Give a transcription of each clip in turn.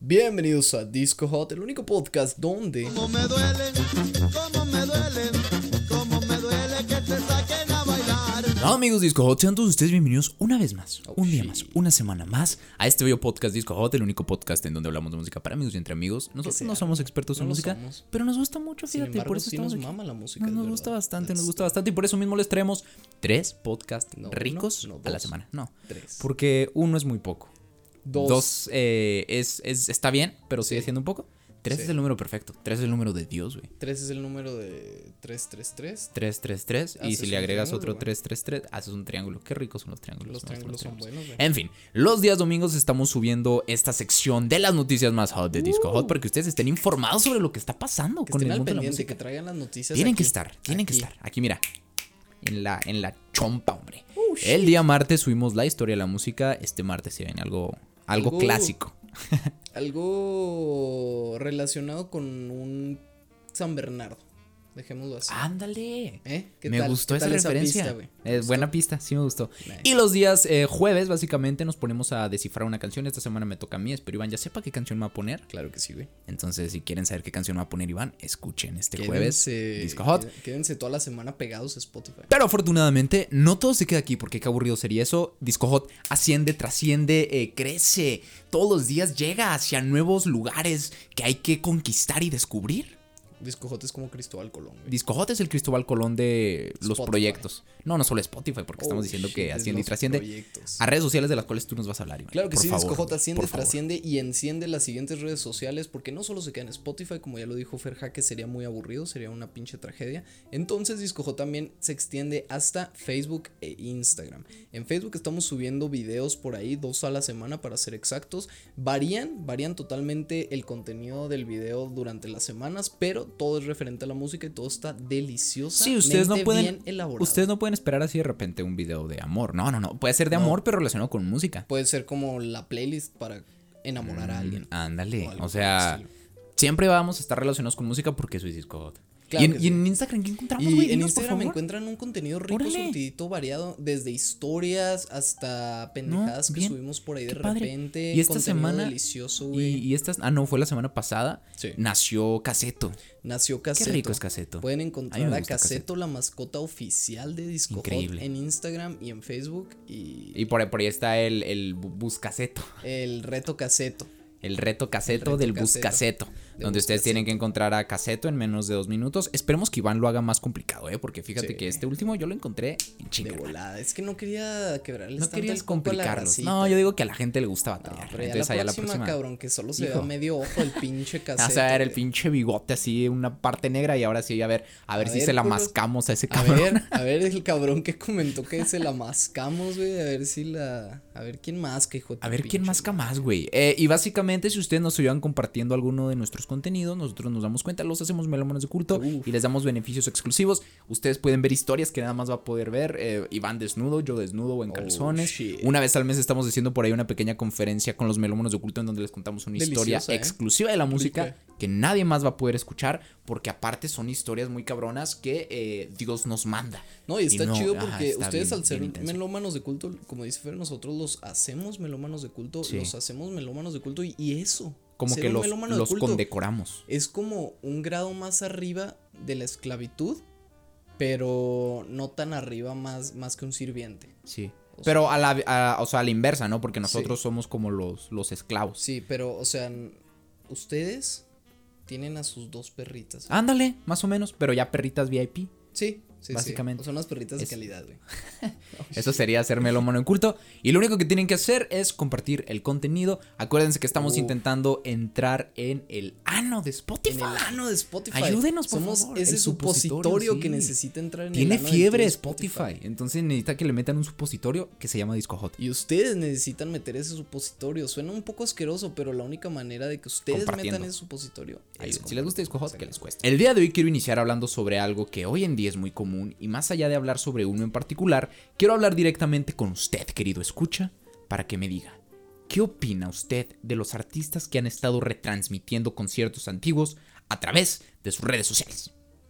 Bienvenidos a Disco Hot, el único podcast donde... Cómo me duele que te saquen a bailar. No, amigos Disco Hot, sean todos ustedes bienvenidos una vez más, un día más, una semana más a este bello podcast Disco Hot, el único podcast en donde hablamos de música para amigos y entre amigos. Nosotros no somos expertos en música, pero nos gusta mucho, Sin fíjate, embargo, por eso sí estamos nos aquí. mama la música, Nos es gusta verdad. bastante y por eso mismo les traemos 3 podcasts No, ricos no, a la dos. semana. No, 3. porque uno es muy poco. Dos. Está bien, pero sigue Sí. siendo un poco. 3 Sí. es el número perfecto. 3 es el número de Dios, güey. 3 es el número de 333. 333 y Haces si le un agregas triángulo, otro güey. 333, haces un triángulo. Qué ricos son los triángulos. Los me gustan triángulos son buenos, güey. En fin, los días domingos estamos subiendo esta sección de las noticias más hot de Disco Hot para que ustedes estén informados sobre lo que está pasando Que con estén el al mundo de la pendiente, música. que traigan las noticias. Tienen que aquí, estar. Aquí, mira. En la chompa, hombre. El día martes subimos la historia de la música. Este martes se viene algo clásico. Algo relacionado con un San Bernardo. Dejémoslo así. Ándale. ¿Qué Me tal? gustó ¿Qué esa tal referencia. pista, güey? Es buena pista, sí me gustó. Nice. Y los días jueves, básicamente, nos ponemos a descifrar una canción. Esta semana me toca a mí. Espero Iván ya sepa qué canción me va a poner. Claro que sí, güey. Entonces, si quieren saber qué canción me va a poner Iván, escuchen este Quédense- jueves Disco Hot. Quédense toda la semana pegados a Spotify. Pero afortunadamente, no todo se queda aquí, porque qué aburrido sería eso. Disco Hot asciende, trasciende, crece. Todos los días llega hacia nuevos lugares que hay que conquistar y descubrir. Disco Hot es como Cristóbal Colón, güey. Disco Hot es el Cristóbal Colón de los Spotify. proyectos. No solo Spotify, porque estamos diciendo shit, que de asciende y los trasciende. proyectos. A redes sociales de las cuales tú nos vas a hablar, Iván. Claro que por sí, favor, Disco Hot asciende, por favor. trasciende y enciende las siguientes redes sociales porque no solo se queda en Spotify, como ya lo dijo Ferja, que sería muy aburrido, sería una pinche tragedia. Entonces Disco Hot también se extiende hasta Facebook e Instagram. En Facebook estamos subiendo videos por ahí, 2 a la semana para ser exactos. Varían totalmente el contenido del video durante las semanas, pero todo es referente a la música y todo está delicioso. Sí, ustedes no pueden. Bien elaborado. Ustedes no pueden esperar así de repente un video de amor. No. Puede ser de amor, pero relacionado con música. Puede ser como la playlist para enamorar a alguien. Ándale. O algo O sea, por el estilo. siempre vamos a estar relacionados con música porque soy Disco Hot. Claro y que sí. en Instagram, ¿qué encontramos, Y güey? en Dinos, por Instagram favor. encuentran un contenido rico, Órale. surtidito, variado, desde historias hasta pendejadas que bien. subimos por ahí de Qué padre. repente. Y esta contenido semana. delicioso, güey. Y esta. No, fue la semana pasada. Sí. Nació Caseto. Nació Caseto. Qué rico es Caseto. Pueden A encontrar mí me a gusta Caseto, la mascota oficial de Disco Hot, Increíble. en Instagram y en Facebook. Y Y por ahí está el Buscaseto. el reto Caseto. El reto Caseto reto del Caseto. Buscaseto. De Donde ustedes Buscaseto. tienen que encontrar a Caseto en menos de 2 minutos. Esperemos que Iván lo haga más complicado, porque fíjate Sí. que este último yo lo encontré en De chinga. volada. Es que no quería quebrarles No tanto querías el coco a la complicarlos. racita. No, yo digo que a la gente le gusta No, batallar. pero ya Entonces la allá próxima, cabrón, que solo se vea Hijo. medio ojo el pinche Caseto. Vas a ver el güey. pinche bigote así, una parte negra. Y ahora sí, a ver si ver, se la culos. mascamos a ese A cabrón. ver el cabrón que comentó que se la mascamos, güey. A ver si la. A ver quién masca, hijo de tu A ver quién pinche masca más, güey. Y básicamente, si ustedes nos ayudan compartiendo alguno de nuestros contenidos, nosotros nos damos cuenta, los hacemos melómanos de culto Uf. y les damos beneficios exclusivos. Ustedes pueden ver historias que nada más va a poder ver Iván desnudo, yo desnudo o en calzones. shit. Una vez al mes estamos haciendo por ahí una pequeña conferencia con los melómanos de culto en donde les contamos una historia Deliciosa, exclusiva de la música Rica. que nadie más va a poder escuchar, porque aparte son historias muy cabronas que Dios nos manda. No, y está chido porque está ustedes bien- al ser bien intenso. melómanos de culto, como dice Fer, nosotros los hacemos melómanos de culto, Sí. los hacemos melómanos de culto y eso. Como ser que un los melómano de culto condecoramos. es como un grado más arriba de la esclavitud, pero no tan arriba más que un sirviente. Sí. O Pero a la inversa, ¿no? Porque nosotros somos como los esclavos. Sí, pero, o sea, ustedes tienen a sus 2 perritas. Ándale, más o menos, pero ya perritas VIP. Sí, Básicamente. sí. Son unas perritas de Es- calidad, güey. Eso sería ser melómano en culto. Y lo único que tienen que hacer es compartir el contenido. Acuérdense que estamos Uf. intentando entrar en el ano de Spotify. En el ano de Spotify. Ayúdenos, por Somos favor. ese El supositorio sí. que necesita entrar en Tiene el ano del fiebre tío Spotify. Entonces necesita que le metan un supositorio que se llama Disco Hot. Y ustedes necesitan meter ese supositorio. Suena un poco asqueroso, pero la única manera de que ustedes Compartiendo. metan ese supositorio es Si les gusta Disco Hot, que compartiendo. les cueste. El día de hoy quiero iniciar hablando sobre algo que hoy en día es muy común. Y más allá de hablar sobre uno en particular, quiero hablar directamente con usted, querido escucha, para que me diga, ¿qué opina usted de los artistas que han estado retransmitiendo conciertos antiguos a través de sus redes sociales?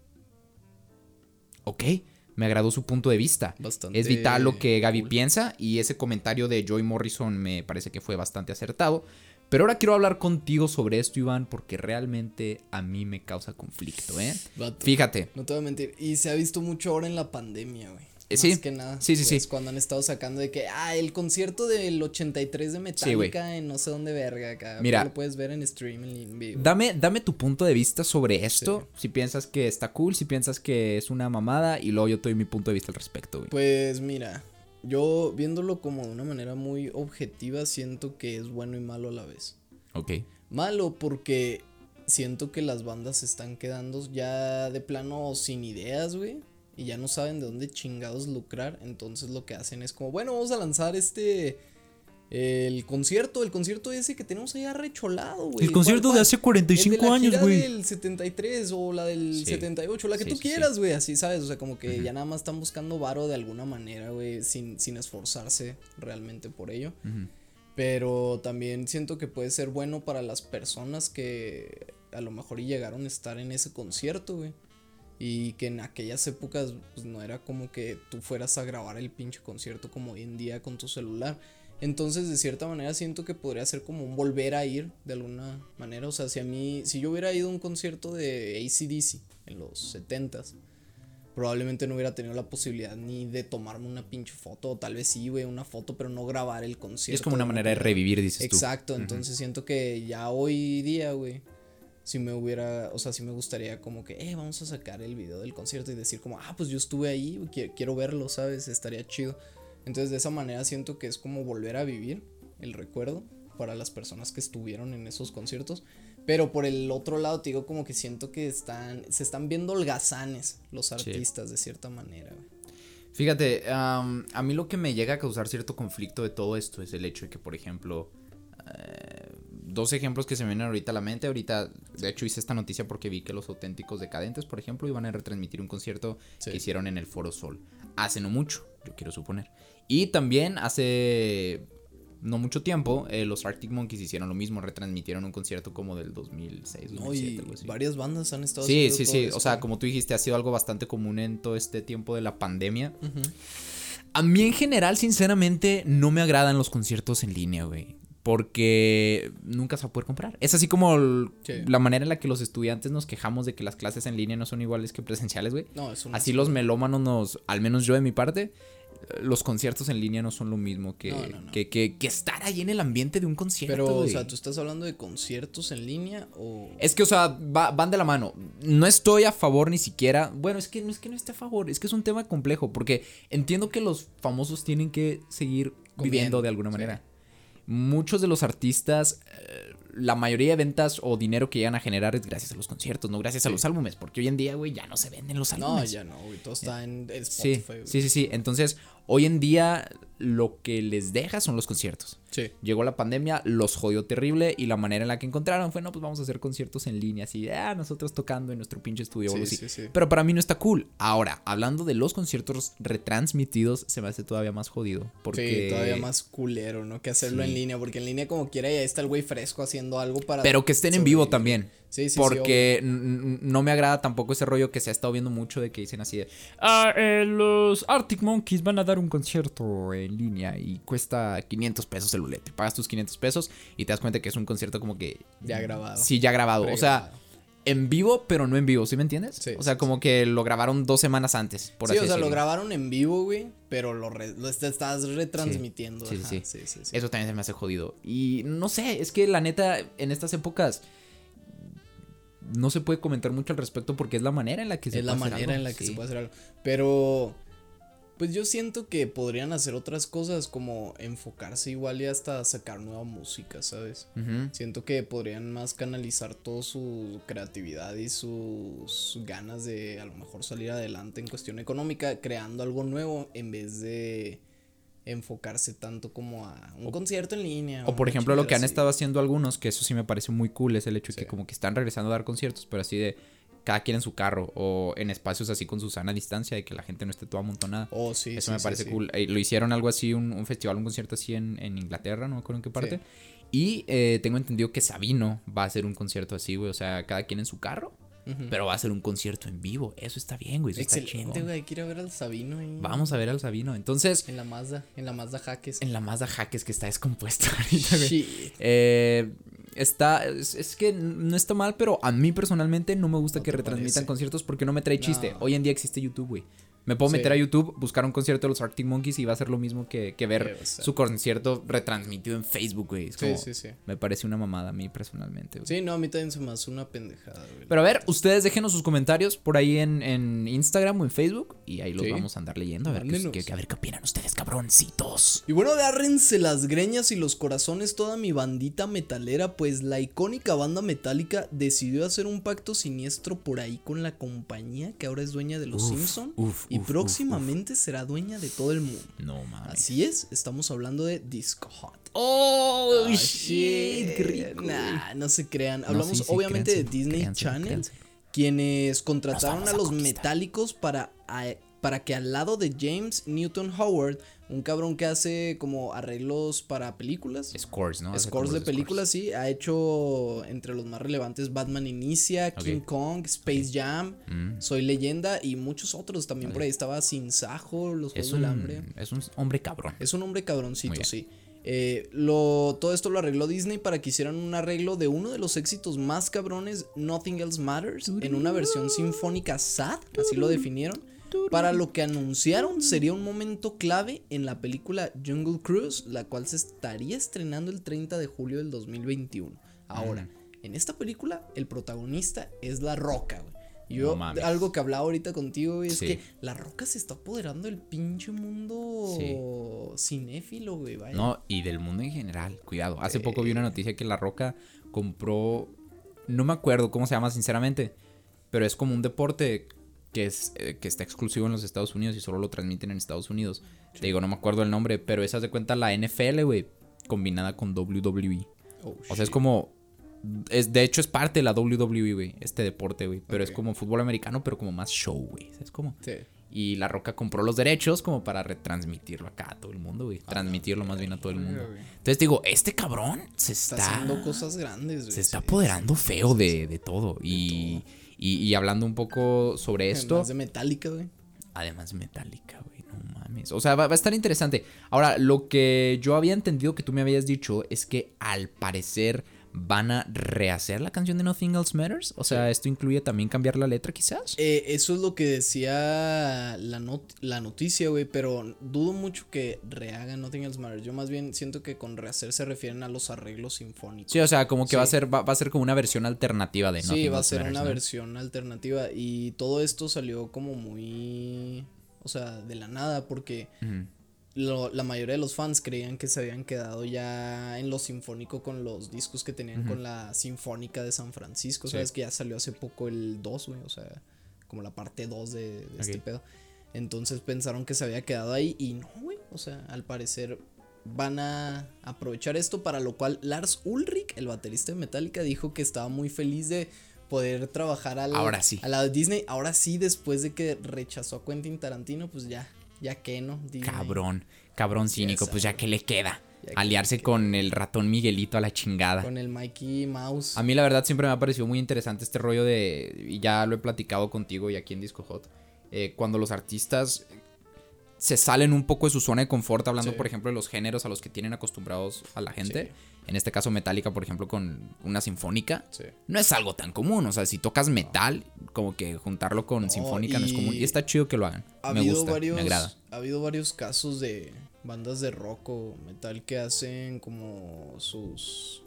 ¿Ok? Me agradó su punto de vista. Bastante Es vital lo que Gaby cool. piensa y ese comentario de Joy Morrison me parece que fue bastante acertado. Pero ahora quiero hablar contigo sobre esto, Iván, porque realmente a mí me causa conflicto, ¿eh? Vato, Fíjate. no te voy a mentir. Y se ha visto mucho ahora en la pandemia, güey. Sí. Más que nada. Sí. Es cuando han estado sacando de que, el concierto del 83 de Metallica en no sé dónde verga acá. Mira, lo puedes ver en stream, en vivo. Dame tu punto de vista sobre esto. Si piensas que está cool, si piensas que es una mamada, y luego yo te doy mi punto de vista al respecto, güey. Pues mira, yo viéndolo como de una manera muy objetiva, siento que es bueno y malo a la vez. Ok. Malo porque siento que las bandas se están quedando ya de plano sin ideas, güey. Y ya no saben de dónde chingados lucrar. Entonces lo que hacen es como, bueno, vamos a lanzar el concierto ese que tenemos ahí arrecholado, güey. El concierto de hace 45 años, güey. La del 73 o la del 78, la que tú Sí. quieras, güey, así, ¿sabes? O sea, como que ya nada más están buscando varo de alguna manera, güey, sin esforzarse realmente por ello. Pero también siento que puede ser bueno para las personas que a lo mejor y llegaron a estar en ese concierto, güey. Y que en aquellas épocas pues no era como que tú fueras a grabar el pinche concierto como hoy en día con tu celular. Entonces de cierta manera siento que podría ser como un volver a ir de alguna manera. O sea, si yo hubiera ido a un concierto de AC/DC en los 70s, probablemente no hubiera tenido la posibilidad ni de tomarme una pinche foto. O tal vez sí, güey, una foto, pero no grabar el concierto. Es como una manera de revivir, dices tú. Exacto, entonces siento que ya hoy día, güey, si me gustaría como que, vamos a sacar el video del concierto y decir como, pues yo estuve ahí, quiero verlo, ¿sabes? Estaría chido. Entonces de esa manera siento que es como volver a vivir el recuerdo para las personas que estuvieron en esos conciertos. Pero por el otro lado te digo como que siento que se están viendo holgazanes los artistas de cierta manera, güey. Fíjate, a mí lo que me llega a causar cierto conflicto de todo esto es el hecho de que, por ejemplo, dos ejemplos que se me vienen ahorita a la mente. Ahorita, de hecho, hice esta noticia porque vi que los Auténticos Decadentes, por ejemplo, iban a retransmitir un concierto que hicieron en el Foro Sol. Hace no mucho, yo quiero suponer. Y también hace no mucho tiempo, los Arctic Monkeys hicieron lo mismo, retransmitieron un concierto como del 2006, 2007, algo así. Varias bandas han estado Sí, haciendo todo eso. o sea, como tú dijiste, ha sido algo bastante común en todo este tiempo de la pandemia. A mí en general, sinceramente, no me agradan los conciertos en línea, güey. Porque nunca se va a poder comprar. Es así como la manera en la que los estudiantes nos quejamos de que las clases en línea no son iguales que presenciales, güey. No, es así los melómanos al menos yo de mi parte, los conciertos en línea no son lo mismo que estar ahí en el ambiente de un concierto. Pero, güey. o sea, ¿tú estás hablando de conciertos en línea o...? Es que, o sea, van de la mano. No estoy a favor ni siquiera. Bueno, es que no esté a favor. Es que es un tema complejo. Porque entiendo que los famosos tienen que seguir viviendo de alguna manera. Muchos de los artistas, la mayoría de ventas o dinero que llegan a generar es gracias a los conciertos, no gracias a los álbumes. Porque hoy en día, güey, ya no se venden los álbumes. No, ya no, güey. Todo está en Spotify. Sí. Entonces, hoy en día lo que les deja son los conciertos. Sí. Llegó la pandemia, los jodió terrible y la manera en la que encontraron fue, no, pues vamos a hacer conciertos en línea, así, nosotros tocando en nuestro pinche estudio o algo así. Sí. Pero para mí no está cool. Ahora, hablando de los conciertos retransmitidos, se me hace todavía más jodido. Porque... Sí, todavía más culero, ¿no? Que hacerlo en línea, porque en línea como quiera ya está el güey fresco haciendo algo para... Pero que estén en vivo también. Sí, porque no me agrada tampoco ese rollo que se ha estado viendo mucho de que dicen así de... los Arctic Monkeys van a dar un concierto en línea y cuesta 500 pesos el boleto. Pagas tus 500 pesos y te das cuenta que es un concierto como que... Ya grabado. Sí, ya grabado. O sea, en vivo, pero no en vivo, ¿sí me entiendes? Sí, o sea, como que lo grabaron 2 semanas antes, por así decirlo. Lo grabaron en vivo, güey, pero lo estás retransmitiendo. Sí. Sí. Eso también se me hace jodido. Y no sé, es que la neta, en estas épocas... No se puede comentar mucho al respecto porque es la manera en la que se puede hacer algo. Es la manera en la que se puede hacer algo. Pero, pues yo siento que podrían hacer otras cosas como enfocarse igual y hasta sacar nueva música, ¿sabes? Siento que podrían más canalizar toda su creatividad y sus ganas de a lo mejor salir adelante en cuestión económica creando algo nuevo en vez de enfocarse tanto como a un concierto en línea. O por ejemplo lo que han estado haciendo algunos, que eso sí me parece muy cool, es el hecho de que como que están regresando a dar conciertos, pero así de cada quien en su carro o en espacios así con su sana distancia, de que la gente no esté toda amontonada. Eso me parece cool. Lo hicieron algo así, un festival, un concierto así en Inglaterra, no me acuerdo en qué parte. Y tengo entendido que Sabino va a hacer un concierto así, güey, o sea, cada quien en su carro. pero va a ser un concierto en vivo. Eso está bien, güey. Eso está Excelente, chingón. güey. Hay que ir a ver al Sabino ahí. Vamos a ver al Sabino. Entonces, En la Mazda Jaques. en la Mazda Jaques que está descompuesta ahorita, güey. Shit. Es que no está mal, pero a mí personalmente no me gusta ¿No que te retransmitan parece? conciertos porque no me trae chiste. No. Hoy en día existe YouTube, güey. Me puedo Sí. meter a YouTube, buscar un concierto de los Arctic Monkeys y va a ser lo mismo que ver o sea. su concierto retransmitido en Facebook, güey. Es Sí, como- sí, sí. Me parece una mamada a mí personalmente, güey. Sí, no, a mí también se me hace una pendejada, güey. Pero a ver, ustedes déjenos sus comentarios por ahí en Instagram o en Facebook y ahí los Sí. vamos a andar leyendo. A ver, Mándenos. a ver qué opinan ustedes, cabroncitos. Y bueno, agárrense las greñas y los corazones toda mi bandita metalera, pues la icónica banda Metallica decidió hacer un pacto siniestro por ahí con la compañía que ahora es dueña de los Simpson y próximamente será dueña de todo el mundo. No mames. Así es, estamos hablando de Disco Hot. ¡Oh, Ah, shit! ¡Qué rico! Nah, no se crean. No, Hablamos sí, sí, obviamente créanse, de Disney créanse, Channel, créanse. quienes contrataron Nos a vamos a los conquistar. metálicos para que al lado de James Newton Howard, un cabrón que hace como arreglos para películas, Scores, ¿no? Hace scores como de los películas, sí, ha hecho entre los más relevantes Batman Inicia, Ok. King Kong, Space Jam, Soy Leyenda y muchos otros también por ahí. Estaba Sin Sajo, Los Juegos del Hambre. Es un hombre cabrón. Es un hombre Muy cabroncito, bien. sí. Todo esto lo arregló Disney para que hicieran un arreglo de uno de los éxitos más cabrones, Nothing Else Matters, en una versión sinfónica sad, así lo definieron, para lo que anunciaron sería un momento clave en la película Jungle Cruise, la cual se estaría estrenando el 30 de julio del 2021. Ahora, en esta película el protagonista es La Roca, güey. Yo, No mames. algo que hablaba ahorita contigo, güey, es Sí. que La Roca se está apoderando del pinche mundo cinéfilo, güey, vaya. No, y del mundo en general. Cuidado. Hace poco vi una noticia que La Roca compró. No me acuerdo cómo se llama, sinceramente. Pero es como un deporte que está exclusivo en los Estados Unidos y solo lo transmiten en Estados Unidos. Te digo, no me acuerdo el nombre, pero esa de cuenta la NFL, güey, combinada con WWE. Oh, O sea, es como. De hecho, es parte de la WWE, güey, este deporte, güey. Pero es Ok. como fútbol americano, pero como más show, güey. ¿Sabes cómo? Sí. Y La Roca compró los derechos como para retransmitirlo acá a todo el mundo, güey. Transmitirlo más bien a todo el mundo. güey. Entonces digo, este cabrón se Está está haciendo cosas grandes, güey. se está sí. apoderando feo de todo. Y hablando un poco sobre esto, Además de Metallica, güey. además Metallica, güey, no mames. O sea, va a estar interesante. Ahora, lo que yo había entendido que tú me habías dicho es que al parecer van a rehacer la canción de Nothing Else Matters. O sea, esto incluye también cambiar la letra, quizás. Eso es lo que decía la noticia, güey, pero dudo mucho que rehagan Nothing Else Matters. Yo más bien siento que con rehacer se refieren a los arreglos sinfónicos. Sí, o sea, como que Sí. va a ser como una versión alternativa de Nothing Sí, va a Else ser Matters, una ¿no? versión alternativa y todo esto salió como muy, o sea, de la nada porque Ujú. la mayoría de los fans creían que se habían quedado ya en lo sinfónico con los discos que tenían con la Sinfónica de San Francisco, Sí. sabes que ya salió hace poco el 2, güey, o sea, como la parte 2 de este Ok. pedo. Entonces pensaron que se había quedado ahí y no, güey, o sea, al parecer van a aprovechar esto, para lo cual Lars Ulrich, el baterista de Metallica, dijo que estaba muy feliz de poder trabajar Ahora sí. a la de Disney. Ahora sí, después de que rechazó a Quentin Tarantino, pues ya que no. Disney. Cabrón cínico, esa, pues ya güey. que le queda. Ya que Aliarse con el ratón Miguelito a la chingada. Con el Mikey Mouse. A mí la verdad siempre me ha parecido muy interesante este rollo de, y ya lo he platicado contigo y aquí en Disco Hot, cuando los artistas se salen un poco de su zona de confort, hablando Sí. por ejemplo de los géneros a los que tienen acostumbrados a la gente. Sí. En este caso Metallica, por ejemplo, con una sinfónica. Sí. No es algo tan común, o sea, si tocas metal, como que juntarlo con sinfónica no es y común. Y está chido que lo hagan. Ha Me habido gusta, varios, me agrada. ha habido varios casos de bandas de rock o metal que hacen como sus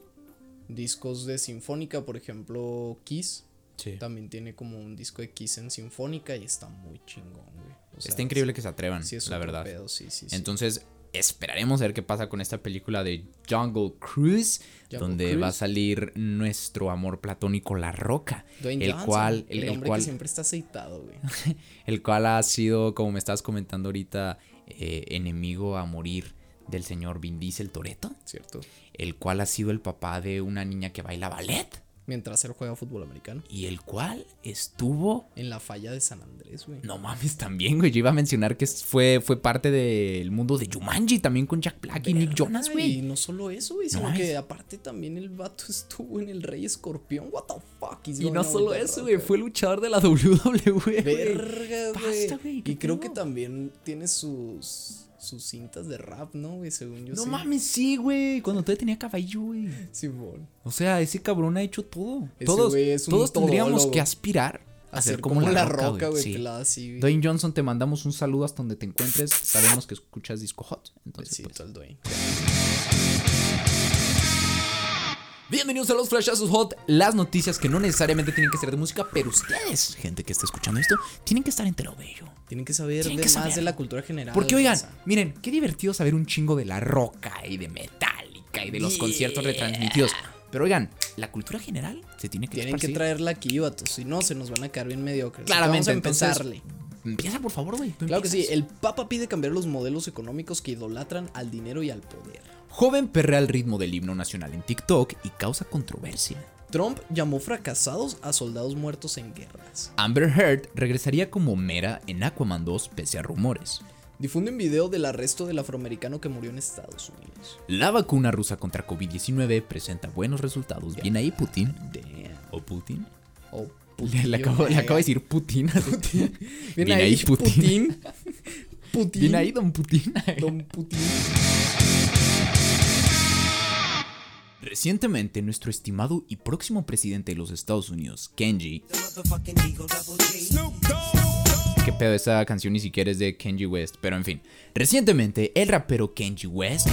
discos de sinfónica, por ejemplo, Kiss. Sí. También tiene como un disco de Kiss en sinfónica y está muy chingón, güey. O sea, Está increíble que se atrevan, sí es la otro verdad. pedo, sí. Entonces, esperaremos a ver qué pasa con esta película de Jungle Cruise, Jungle donde Cruise. va a salir nuestro amor platónico La Roca, Dwayne el Johnson, cual, el hombre cual, que siempre está aceitado, güey. el cual ha sido, como me estabas comentando ahorita, enemigo a morir del señor Vin Diesel Toretto, ¿Cierto? el cual ha sido el papá de una niña que baila ballet. Mientras él juega fútbol americano. Y el cual estuvo... En la falla de San Andrés, güey. No mames, también, güey. Yo iba a mencionar que fue parte del mundo de Jumanji, también con Jack Black y Nick Jonas, Y güey. no solo eso, güey, sino No que es. aparte también el vato estuvo en el Rey Escorpión. What the fuck is Y going no on solo with The eso, Rock, güey. Fue luchador de la WWE, güey. Verga, güey. Basta, güey, ¿qué Y creo que pedo? también tiene sus cintas de rap, ¿no, güey? Según yo No sí. mames, sí, güey. Cuando todavía tenía cabello, güey. Simón. O sea, ese cabrón ha hecho todo. Ese Todos, güey es un todos tendríamos todólogo. que aspirar a ser como la Roca, güey. Sí. pelada así, güey. Dwayne Johnson, te mandamos un saludo hasta donde te encuentres. Sabemos que escuchas Disco Hot. Entonces, Besito pues. al Dwayne. Bienvenidos a los Flashazos Hot. Las noticias que no necesariamente tienen que ser de música, pero ustedes, gente que está escuchando esto, tienen que estar entero bello. Tienen que saber Tienen de que más saber. de la cultura general. Porque, oigan, raza. miren, qué divertido saber un chingo de La Roca y de Metallica y de los conciertos retransmitidos. Pero, oigan, la cultura general se tiene que Tienen que esparcir. traerla aquí, vatos. Si no, se nos van a quedar bien mediocres. Claramente, Vamos a empezarle. Empieza, por favor, güey. tú Claro que sí. empiezas. El Papa pide cambiar los modelos económicos que idolatran al dinero y al poder. Joven perrea al ritmo del himno nacional en TikTok y causa controversia. Trump llamó fracasados a soldados muertos en guerras. Amber Heard regresaría como Mera en Aquaman 2 pese a rumores. Difunden video del arresto del afroamericano que murió en Estados Unidos. La vacuna rusa contra COVID-19 presenta buenos resultados. Bien ahí, Putin. Damn. ¿O Putin? Oh, Le acabo de decir Putin. Bien ahí, Putin. Putin. Bien ahí, don Putin. Don Putin. Recientemente, nuestro estimado y próximo presidente de los Estados Unidos, Kenji. ¿Qué pedo? Esa canción ni siquiera es de Kenji West, pero en fin. Recientemente, el rapero Kenji West.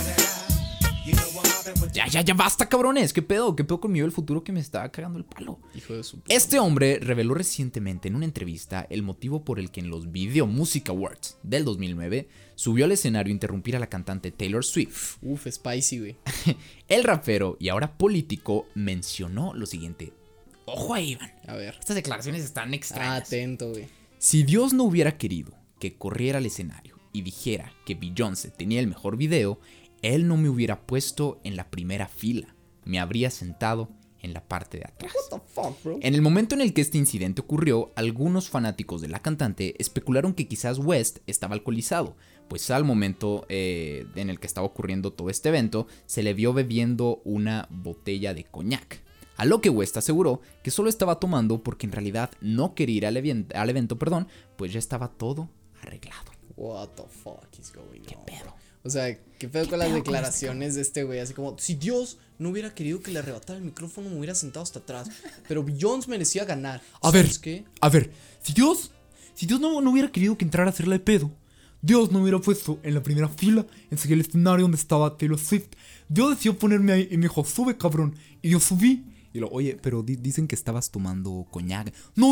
Ya basta, cabrones. ¿Qué pedo? ¿Qué pedo con mi yo del futuro que me está cagando el palo? Hijo de su puta. Este hombre reveló recientemente en una entrevista el motivo por el que en los Video Music Awards del 2009 subió al escenario a interrumpir a la cantante Taylor Swift. Uf, spicy, güey. El rapero y ahora político mencionó lo siguiente. Ojo ahí, Iván. A ver. Estas declaraciones están extrañas. Atento, güey. Si Dios no hubiera querido que corriera al escenario y dijera que Beyoncé tenía el mejor video, él no me hubiera puesto en la primera fila. Me habría sentado en la parte de atrás. What the fuck, bro? En el momento en el que este incidente ocurrió, algunos fanáticos de la cantante especularon que quizás West estaba alcoholizado, pues al momento en el que estaba ocurriendo todo este evento, se le vio bebiendo una botella de coñac. A lo que West aseguró que solo estaba tomando porque en realidad no quería ir al evento, pues ya estaba todo arreglado. What the fuck is going on? ¿Qué pedo? O sea, ¿qué pedo con pedo las con declaraciones de este güey? Así como, si Dios no hubiera querido que le arrebatara el micrófono, me hubiera sentado hasta atrás. Pero Beyoncé merecía ganar. A ver, ¿Sabes qué? si Dios no hubiera querido que entrara a hacerla de pedo, Dios no hubiera puesto en la primera fila, en el escenario donde estaba Taylor Swift. Dios decidió ponerme ahí y me dijo, sube, cabrón. Y yo subí. Y lo, oye, pero dicen que estabas tomando coñac.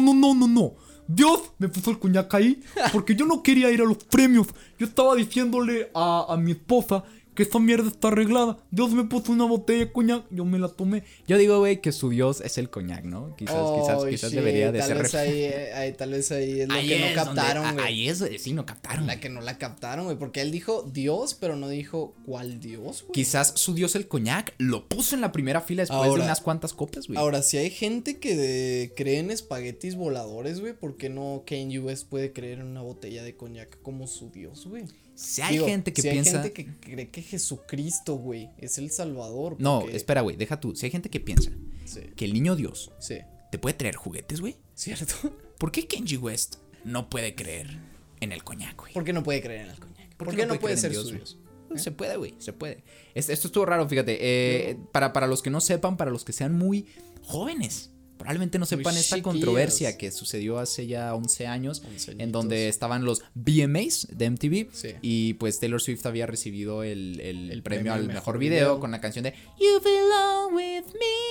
No. Dios me puso el coñac ahí porque yo no quería ir a los premios. Yo estaba diciéndole a mi esposa que esa mierda está arreglada. Dios me puso una botella de coñac, yo me la tomé. Yo digo, güey, que su Dios es el coñac, ¿no? Quizás Shit, debería de tal ser. vez tal vez ahí es lo que no captaron, güey. Ahí es, sí, no captaron. La que no la captaron, güey. Porque él dijo Dios, pero no dijo cuál Dios, güey. Quizás su Dios el coñac lo puso en la primera fila después Ahora- de unas cuantas copas, güey. Ahora, si hay gente que cree en espaguetis voladores, güey, ¿por qué no Kanye West puede creer en una botella de coñac como su Dios, güey? Si hay gente que si piensa. hay gente que cree que Jesucristo, güey, es el Salvador. No, porque- espera, güey, deja tú. Si hay gente que piensa Sí, que el niño Dios sí, te puede traer juguetes, güey. ¿cierto? ¿Por qué Kenji West no puede creer en el coñac, güey? ¿Por qué no puede creer en el coñac? ¿Por qué no puede creer en ser Dios, su güey? Dios? Se puede, güey, se puede. Esto estuvo raro, fíjate. Para los que no sepan, para los que sean muy jóvenes, probablemente no sepan esta chiquillos. controversia que sucedió hace ya 11 años, 11 en añitos. donde estaban los VMAs de MTV. Sí. Y pues Taylor Swift había recibido el premio premio al al mejor mejor video video. con la canción de You Belong With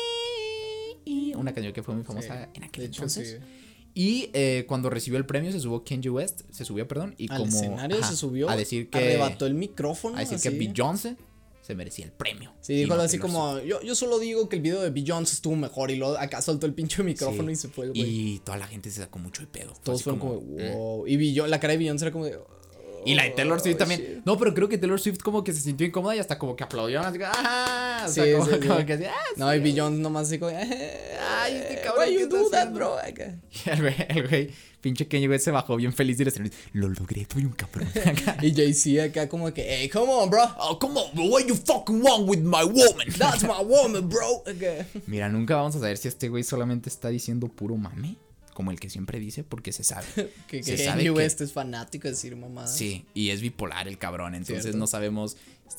Me. Una canción que fue muy famosa en aquel De hecho, entonces. sí. Y cuando recibió el premio se subió Kanye West, y Al como escenario ajá, se subió, a decir que arrebató el micrófono. a decir así. que Beyoncé se merecía el premio. Sí, y dijo no así Taylor como, yo solo digo que el video de Beyoncé estuvo mejor y luego acá soltó el pinche micrófono Sí. y se fue el güey. Y toda la gente se sacó mucho de pedo. Fue Todos así fueron como, wow. Y la cara de Beyoncé era como de, Y la de Taylor Swift también. shit. No, pero creo que Taylor Swift como que se sintió incómoda y hasta como que aplaudió. Así, ¡ah! O sea, Sí, como, sí, sí. como que así, ¡ah! No, y Beyoncé nomás así como, Ay, este cabrón, why ¿qué you está do that, haciendo? bro? Acá. Y el güey, pinche Kanye West se bajó bien feliz y le escenó, lo logré, soy un cabrón. Y Jay-Z acá como que, hey, come on, bro. Oh, come on, bro, why you fucking wrong with my woman? That's my woman, bro. Acá. Mira, nunca vamos a saber si este güey solamente está diciendo puro mame, como el que siempre dice, porque se sabe. Que Se sabe Kanye que- West es fanático de decir mamadas. Sí, y es bipolar el cabrón, entonces Cierto. no sabemos.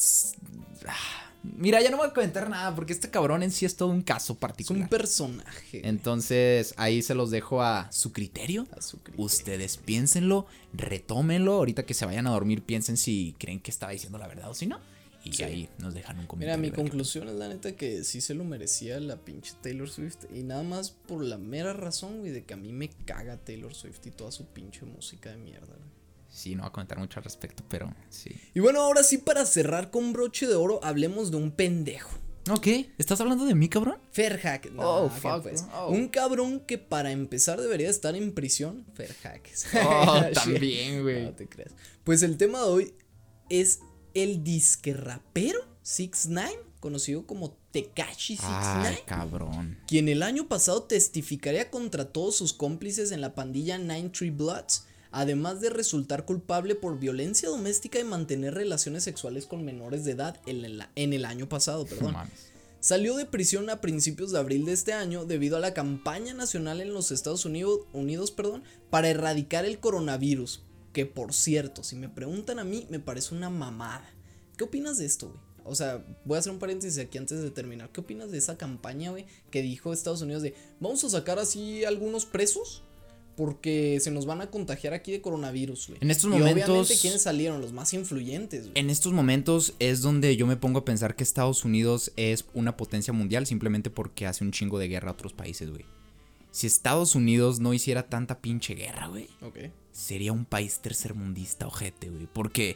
Mira, ya no voy a comentar nada porque este cabrón en sí es todo un caso Es particular. un personaje. Entonces ahí se los dejo a su criterio. A su criterio. Ustedes piénsenlo, retómenlo. Ahorita que se vayan a dormir, piensen si creen que estaba diciendo la verdad o si no. Y Sí. ahí nos dejan un Mira, comentario. mi a ver qué- conclusión es la neta que sí se lo merecía la pinche Taylor Swift. Y nada más por la mera razón, güey, de que a mí me caga Taylor Swift y toda su pinche música de mierda, güey. Sí, no voy a comentar mucho al respecto, pero sí. Y bueno, ahora sí, para cerrar con broche de oro, hablemos de un pendejo. Ok, ¿estás hablando de mí, cabrón? Ferhack. No, Oh, ¿qué fuck, pues? oh. Un cabrón que para empezar debería estar en prisión. Ferhack. Oh, Shit. también, güey. No te creas. Pues el tema de hoy es el disque rapero 6ix9ine, conocido como Tekashi 6ix9ine. Ay, cabrón. Quien el año pasado testificaría contra todos sus cómplices en la pandilla Nine Tree Bloods, además de resultar culpable por violencia doméstica y mantener relaciones sexuales con menores de edad en el año pasado, No perdón. mames. Salió de prisión a principios de abril de este año debido a la campaña nacional en los Estados Unidos, para erradicar el coronavirus, que por cierto, si me preguntan a mí, me parece una mamada. ¿Qué opinas de esto, güey? O sea, voy a hacer un paréntesis aquí antes de terminar. ¿Qué opinas de esa campaña, güey, que dijo Estados Unidos de vamos a sacar así algunos presos porque se nos van a contagiar aquí de coronavirus, güey? En estos Y momentos- obviamente, ¿quiénes salieron? Los más influyentes, güey. En estos momentos es donde yo me pongo a pensar que Estados Unidos es una potencia mundial simplemente porque hace un chingo de guerra a otros países, güey. Si Estados Unidos no hiciera tanta pinche guerra, güey, Ok. sería un país tercermundista, ojete, güey. Porque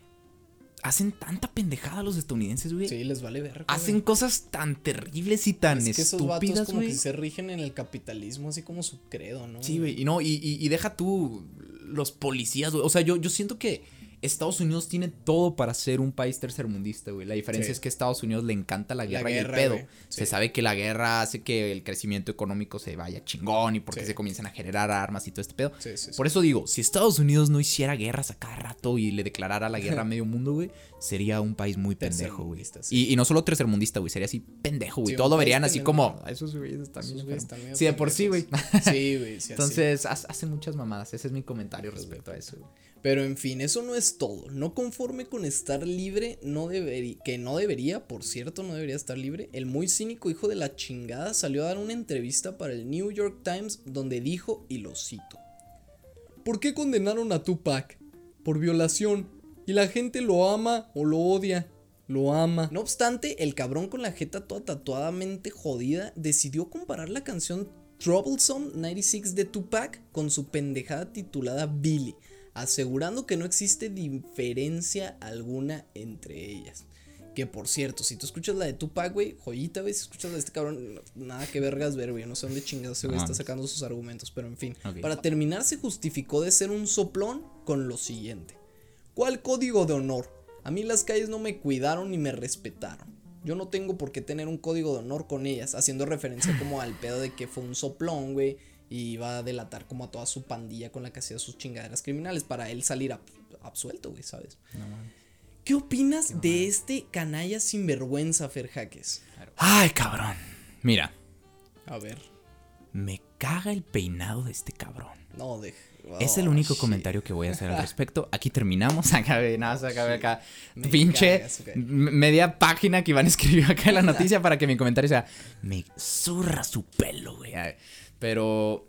hacen tanta pendejada los estadounidenses, güey. Sí, les vale ver. Hacen cosas tan terribles y tan Es que esos vatos estúpidas, como que güey. se rigen en el capitalismo, así como su credo, ¿no? Sí, güey. Y no, y deja tú los policías, güey. O sea, yo siento que Estados Unidos tiene todo para ser un país tercermundista, güey. La diferencia Sí. es que a Estados Unidos le encanta la guerra, y el guerra, pedo. güey. Se Sí. sabe que la guerra hace que el crecimiento económico se vaya chingón y porque Sí. se comienzan a generar armas y todo este pedo. Sí, sí, sí. Por eso digo, si Estados Unidos no hiciera guerras a cada rato y le declarara la guerra a medio mundo, güey, sería un país muy pendejo, güey. Tercermundista, sí. Y no solo tercermundista, güey, sería así pendejo, güey. Sí, un Todo lo país verían así pendejo. como, "Ah, esos güeyes están bien Esos güeyes enfermos". están medio Sí, de por sí, güey. pendejos. Sí, güey. Sí, así. Entonces, hacen muchas mamadas. Ese es mi comentario respecto a eso, güey. Pero en fin, eso no es todo. No conforme con estar libre, que no debería, por cierto, no debería estar libre. El muy cínico hijo de la chingada salió a dar una entrevista para el New York Times donde dijo, y lo cito: ¿por qué condenaron a Tupac? Por violación. Y la gente lo ama o lo odia. Lo ama. No obstante, el cabrón con la jeta toda tatuadamente jodida decidió comparar la canción Troublesome 96 de Tupac con su pendejada titulada Billy, asegurando que no existe diferencia alguna entre ellas. Que por cierto, si tú escuchas la de Tupac, güey, joyita, güey, si escuchas la de este cabrón, nada que vergas ver, güey, no sé dónde chingados ese güey No está mames. sacando sus argumentos, pero en fin. Ok. Para terminar, se justificó de ser un soplón con lo siguiente: ¿cuál código de honor? A mí las calles no me cuidaron ni me respetaron. Yo no tengo por qué tener un código de honor con ellas, haciendo referencia como al pedo de que fue un soplón, güey, y iba a delatar como a toda su pandilla con la que hacía sus chingaderas criminales para él salir absuelto, güey, ¿sabes? ¿Qué opinas de este canalla sinvergüenza, Fer Jaques? Ay, cabrón. Mira, A ver, me caga el peinado de este cabrón. no, Es el único comentario que voy a hacer al respecto. Aquí terminamos. Acá, nada más acá. Me Pinche cagas, ok. media página que Iván escribió acá en la noticia para que mi comentario sea: me zurra su pelo, güey. Ay, pero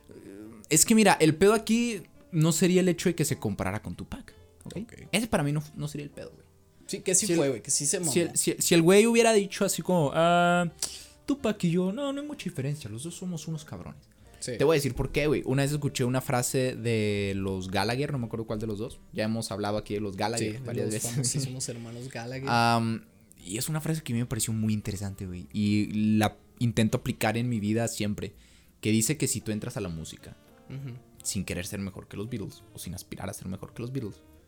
es que mira, el pedo aquí no sería el hecho de que se comparara con Tupac. ¿Ok? Ok. Ese para mí no sería el pedo, güey. Sí, que sí Si el- fue, güey, que sí se mamó. Si el güey hubiera dicho así como, Tupac y yo, no hay mucha diferencia, los dos somos unos cabrones. Sí. Te voy a decir por qué, güey. Una vez escuché una frase de los Gallagher, no me acuerdo cuál de los dos. Ya hemos hablado aquí de los Sí, Gallagher de varias los veces. famosísimos hermanos Gallagher. Y es una frase que a mí me pareció muy interesante, güey. Y la intento aplicar en mi vida siempre. Que dice que si tú entras a la música Ujú. sin querer ser mejor que los Beatles, o sin aspirar a ser mejor que los Beatles,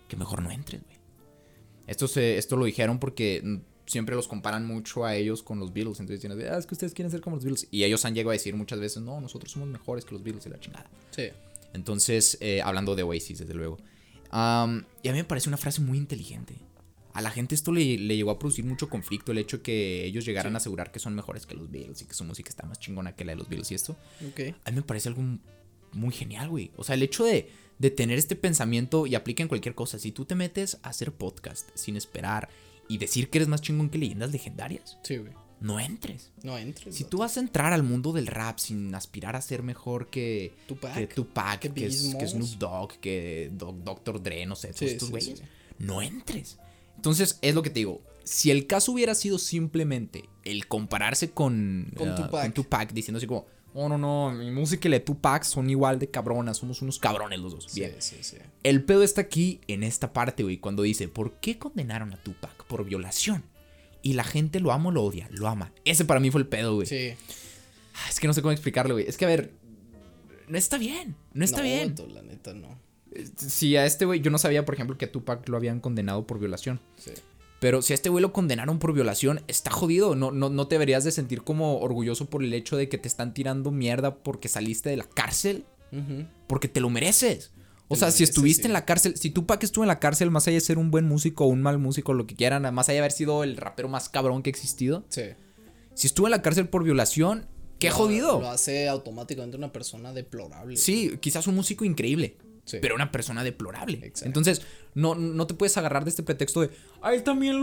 que mejor no entres, güey. Esto lo dijeron porque siempre los comparan mucho a ellos con los Beatles. Entonces dicen, es que ustedes quieren ser como los Beatles. Y ellos han llegado a decir muchas veces, no, nosotros somos mejores que los Beatles y la chingada. Sí. Entonces, hablando de Oasis, desde luego. Y a mí me parece una frase muy inteligente. A la gente esto le llegó a producir mucho conflicto, el hecho de que ellos llegaran a asegurar que son mejores que los Beatles y que su música está más chingona que la de los Beatles y esto. Ok. A mí me parece algo muy genial, güey. O sea, el hecho de tener este pensamiento y aplica en cualquier cosa. Si tú te metes a hacer podcast sin esperar y decir que eres más chingón que leyendas legendarias, Sí, güey. no entres. No entres. Si tú vas a entrar al mundo del rap sin aspirar a ser mejor que Tupac, que que Biggie Snoop Smalls. Dogg, que Dr. Dre, no sé, todos Sí, estos sí, güeyes, sí. no entres. Entonces, es lo que te digo. Si el caso hubiera sido simplemente el compararse con Tupac, diciendo así como, oh, no, mi música y la de Tupac son igual de cabronas, somos unos cabrones los dos. Bien. Sí. El pedo está aquí en esta parte, güey, cuando dice, ¿por qué condenaron a Tupac? Por violación. Y la gente lo ama o lo odia, lo ama. Ese para mí fue el pedo, güey. Sí. Es que no sé cómo explicarlo, güey. Es que, a ver, no está bien. No está bien. Vato, la neta, no. Si a este güey, yo no sabía, por ejemplo, que a Tupac lo habían condenado por violación. Sí. Pero si a este güey lo condenaron por violación, está jodido. No te deberías de sentir como orgulloso por el hecho de que te están tirando mierda porque saliste de la cárcel. Porque te lo mereces. O sea, si estuviste en la cárcel, si Tupac estuvo en la cárcel, más allá de ser un buen músico o un mal músico, lo que quieran, más allá de haber sido el rapero más cabrón que ha existido. Sí. Si estuvo en la cárcel por violación, qué jodido. Lo hace automáticamente una persona deplorable. Sí, quizás un músico increíble. Sí. Pero una persona deplorable. Exacto. Entonces, no te puedes agarrar de este pretexto de, a él también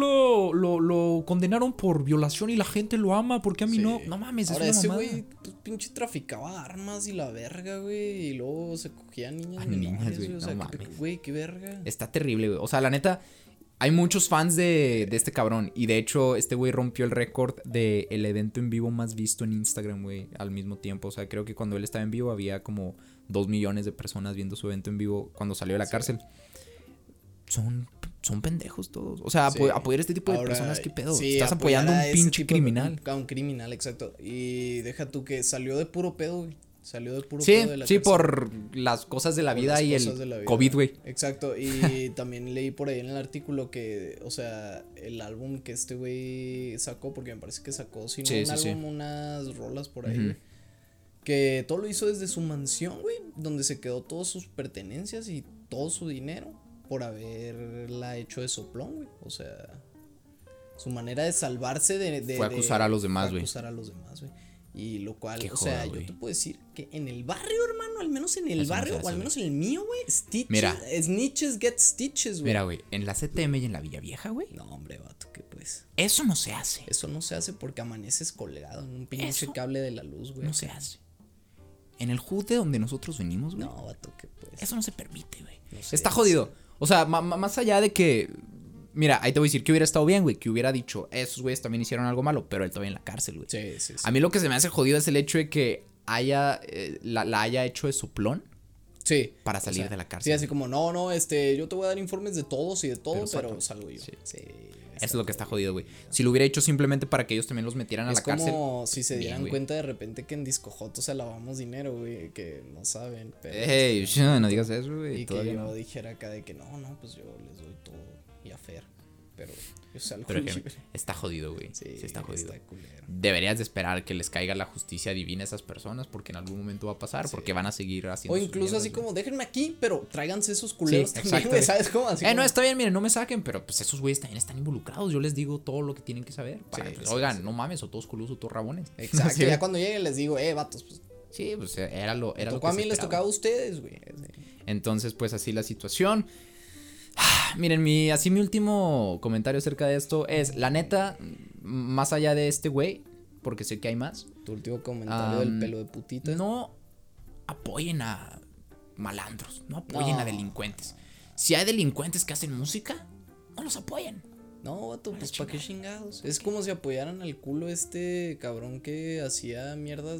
lo condenaron por violación y la gente lo ama, porque a mí no. No mames, ahora, es ese una mamada. güey pues, pinche traficaba armas y la verga, güey. Y luego se cogía a niñas A menores, niñas, güey, güey. O sea, no qué, mames. güey, qué verga. Está terrible, güey. O sea, la neta, hay muchos fans de este cabrón. Y de hecho, este güey rompió el récord del evento en vivo más visto en Instagram, güey, al mismo tiempo. O sea, creo que cuando él estaba en vivo había como 2 millones de personas viendo su evento en vivo cuando salió de la cárcel. Son pendejos todos. O sea, apoyar a este tipo de personas, ¿qué pedo? Sí, estás apoyando a un pinche criminal. A un criminal, exacto. Y deja tú que salió de puro pedo, güey. Salió de puro pedo de la Sí, cárcel. por las cosas de la vida y el COVID, güey. Exacto, y también leí por ahí en el artículo que, o sea, el álbum que este güey sacó, porque me parece que sacó, si no un álbum, unas rolas por ahí, güey, que todo lo hizo desde su mansión, güey, donde se quedó todas sus pertenencias y todo su dinero por haberla hecho de soplón, güey, o sea, su manera de salvarse fue acusar a los demás, güey. Acusar a los demás, güey. Y lo cual, Qué o sea, joda, yo te puedo decir que en el barrio, hermano, al menos en el Eso barrio, no se hace, o al menos en el mío, güey, Mira. snitches get stitches, güey. Mira, güey, en la CTM y en la Villa Vieja, güey. No, hombre, vato, que pues. Eso no se hace. Eso no se hace porque amaneces colgado en un pinche Eso cable de la luz, güey. No se hace. En el HUD de donde nosotros venimos, güey. No, vato, que pues. Eso no se permite, güey. No se Está hace. jodido. O sea, más allá de que. Mira, ahí te voy a decir que hubiera estado bien, güey. Que hubiera dicho, esos güeyes también hicieron algo malo, pero él todavía en la cárcel, güey. Sí. A mí lo que se me hace jodido es el hecho de que la haya hecho de soplón. Sí. Para salir de la cárcel. Sí, así como, no, yo te voy a dar informes de todos y de todo, pero saco. salgo yo. Sí. Eso es lo que está jodido, güey. Si lo hubiera hecho simplemente para que ellos también los metieran a la cárcel. Es como si se bien, dieran güey. cuenta de repente que en Discojoto se lavamos dinero, güey, que no saben, pero. Ey, no digas eso, güey. Y que Todavía yo no. dijera acá de que no, pues yo les doy todo y a Fer, pero yo salgo Pero libre. que está jodido, güey. Sí, está jodido. Está culero. Deberías de esperar que les caiga la justicia divina a esas personas porque en algún momento va a pasar, porque van a seguir haciendo O sus incluso mierdas, así güey. como, déjenme aquí, pero tráiganse esos culeros Sí, también, exacto, güey, güey. ¿sabes cómo? Así como, No, está bien, miren, no me saquen, pero pues esos güeyes también están involucrados. Yo les digo todo lo que tienen que saber. Para, Sí, pues, sí, oigan, sí. no mames, o todos culusos o todos rabones. Exacto, Sí. ya cuando llegue les digo, vatos, pues, Sí, pues era lo tocó que a se mí, les esperaba. tocaba a ustedes, güey. Sí. Entonces, pues así la situación. Miren, mi último comentario acerca de esto es, la neta, más allá de este güey, porque sé que hay más, Tu último comentario del pelo de putita. no apoyen a malandros, no apoyen No. a delincuentes. Si hay delincuentes que hacen música, no los apoyen. No, vato, pues pa' qué chingados. Es como si apoyaran al culo este cabrón que hacía mierdas.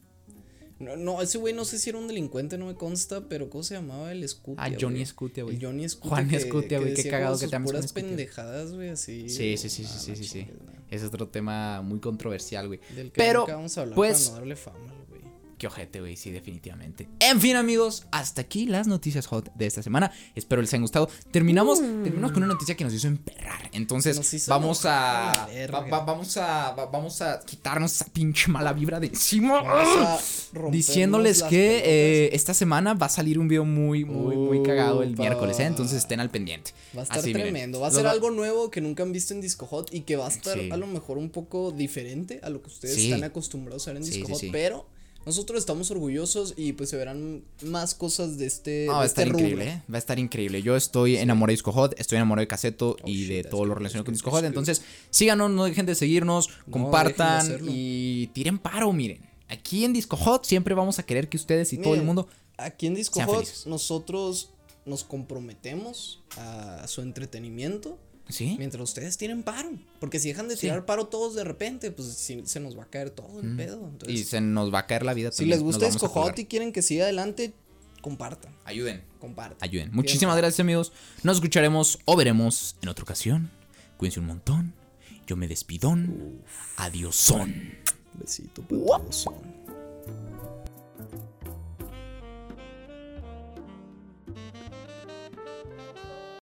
No, ese güey no sé si era un delincuente, no me consta, pero ¿cómo se llamaba? El Scutia. Ah, Johnny güey. Scutia, güey. El Johnny Scutia. Juan Scutia, güey, qué decía cagado como que sus te llames Juan puras Scutia. pendejadas, güey, así. Sí. No chingues, no. Ese es otro tema muy controversial, güey. Del que Pero, nunca vamos a hablar pues, para no darle fama, güey. Qué ojete, güey, sí, definitivamente. En fin, amigos, hasta aquí las noticias hot de esta semana. Espero les hayan gustado. Terminamos con una noticia que nos hizo emperrar. Entonces, vamos a quitarnos esa pinche mala vibra de encima. Diciéndoles que esta semana va a salir un video muy cagado el miércoles, ¿eh? Entonces estén al pendiente. Va a estar tremendo. Va a ser algo nuevo que nunca han visto en Disco Hot y que va a estar a lo mejor un poco diferente a lo que ustedes están acostumbrados a ver en Disco Hot, pero nosotros estamos orgullosos y pues se verán más cosas de este va a estar rubro. increíble, ¿eh? Va a estar increíble. Yo estoy enamorado de Disco Hot, estoy enamorado de Caseto y de todo lo relacionado con Disco Hot. Entonces, síganos, no dejen de seguirnos, compartan y tiren paro, miren. Aquí en Disco Hot siempre vamos a querer que ustedes y todo el mundo aquí en Disco Hot nosotros nos comprometemos a su entretenimiento. ¿Sí? Mientras ustedes tienen paro. Porque si dejan de tirar paro todos de repente, pues se nos va a caer todo el pedo. Entonces, y se nos va a caer la vida si también. les gusta Disco Hot y quieren que siga adelante, compartan. Ayuden. Compartan. Muchísimas gracias, amigos. Nos escucharemos o veremos en otra ocasión. Cuídense un montón. Yo me despidón. Adiósón. Besito para todos.